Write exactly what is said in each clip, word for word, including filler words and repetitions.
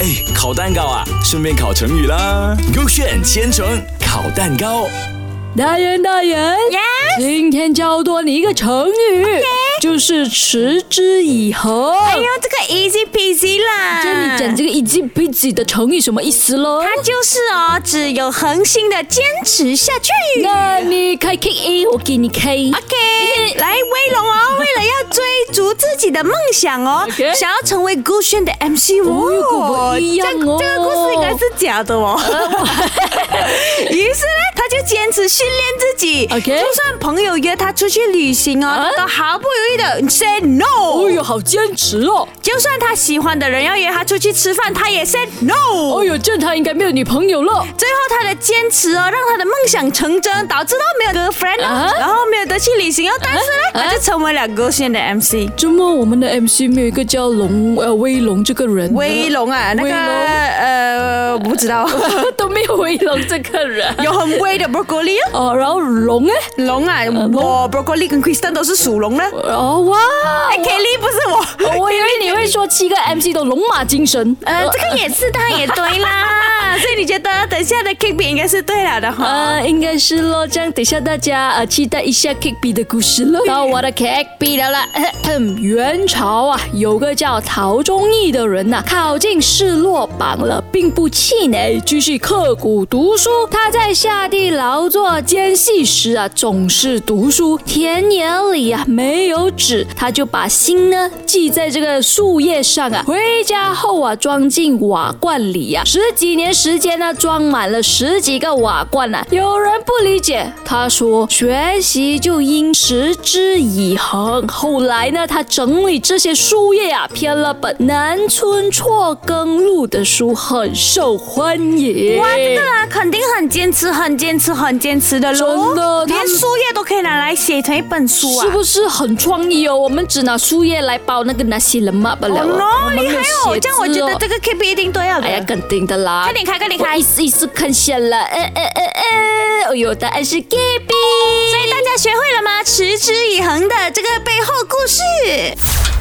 哎，烤蛋糕啊，顺便烤成语啦。勾选千层烤蛋糕。 大人大人， Yes? 今天教多你一个成语， Okay. 就是持之以恒。 哎呦，这个 easy peasy 啦。 跟你讲这个 easy peasy 的成语什么意思咯？ 它就是哦，只有恒心的坚持下去。 那你开 K A， 我给你 K。 OK， 来威龙哦，为了要追逐自己的梦想哦， Okay. 想要成为勾选的 M C 哦， 哦跟我一样哦这这个故事应该是假的哦。于是呢，他就坚持训练自己。 OK 就算朋友约他出去旅行哦， 啊他都毫不犹豫的 say no。 哎呦，好坚持哦！ 就算他喜欢的人要约他出去吃饭，他也 say no。 哎呦，这他应该没有女朋友了。 最后他的坚持哦，让他的梦想成真，导致到没有 girlfriend 哦， 啊然后没有得去旅行哦，但是呢， 啊他就成为了勾选的 M C。 怎么我们的 M C 没有一个叫龙呃威龙这个人呢？ 威龙啊，那个威龙呃，我不知道， 都没有威龙这个人。 有很威的 broccoli 哦， 哦，然后龙哎， 龙啊，我 broccoli 跟 Kristen 都是属龙的。 哦哇， 哎，Kelly 不是我， 我以为你会说七个 M C 都龙马精神。 呃，这个也是，当然也对啦。所以你觉得等下的 K B 应该是对了的哈？ 呃，应该是咯，这样等一下大家呃期待一下 K B 的故事咯。到我的 K B 了啦。元朝啊，有个叫陶宗义的人呐、啊，考进士落榜了，并不气馁，继续刻苦读书。他在下地劳作间隙时啊，总是读书。田野里啊没有纸，他就把心呢记在这个树叶上啊。回家后啊，装进瓦罐里啊，十几年时间呢，装满了十几个瓦罐啊。有人不理解，他说学习就应持之以恒。后来呢，他整理这些书页啊，编了本《南村辍耕录》的书，很受欢迎。 哇，这个啊，肯定很坚持，很坚持，很坚持的咯。 真的他连们树叶都可以拿来写成一本书啊！ 是不是很创意哦？我们只拿树叶来包那个那些人嘛不了。 哦我 ，no， 们没有厉害哦！ 写这样我字觉得这个 K B 一定对了的。 哎呀，肯定的啦。 快点开，快点开我意！思意思看下了，呃呃呃呃，哎呦，答案是 K B。 所以大家学会了吗？持之以恒的这个背后故事。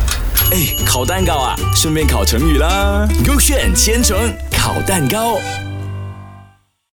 哎，烤蛋糕啊，顺便烤成语啦。勾选千层烤蛋糕。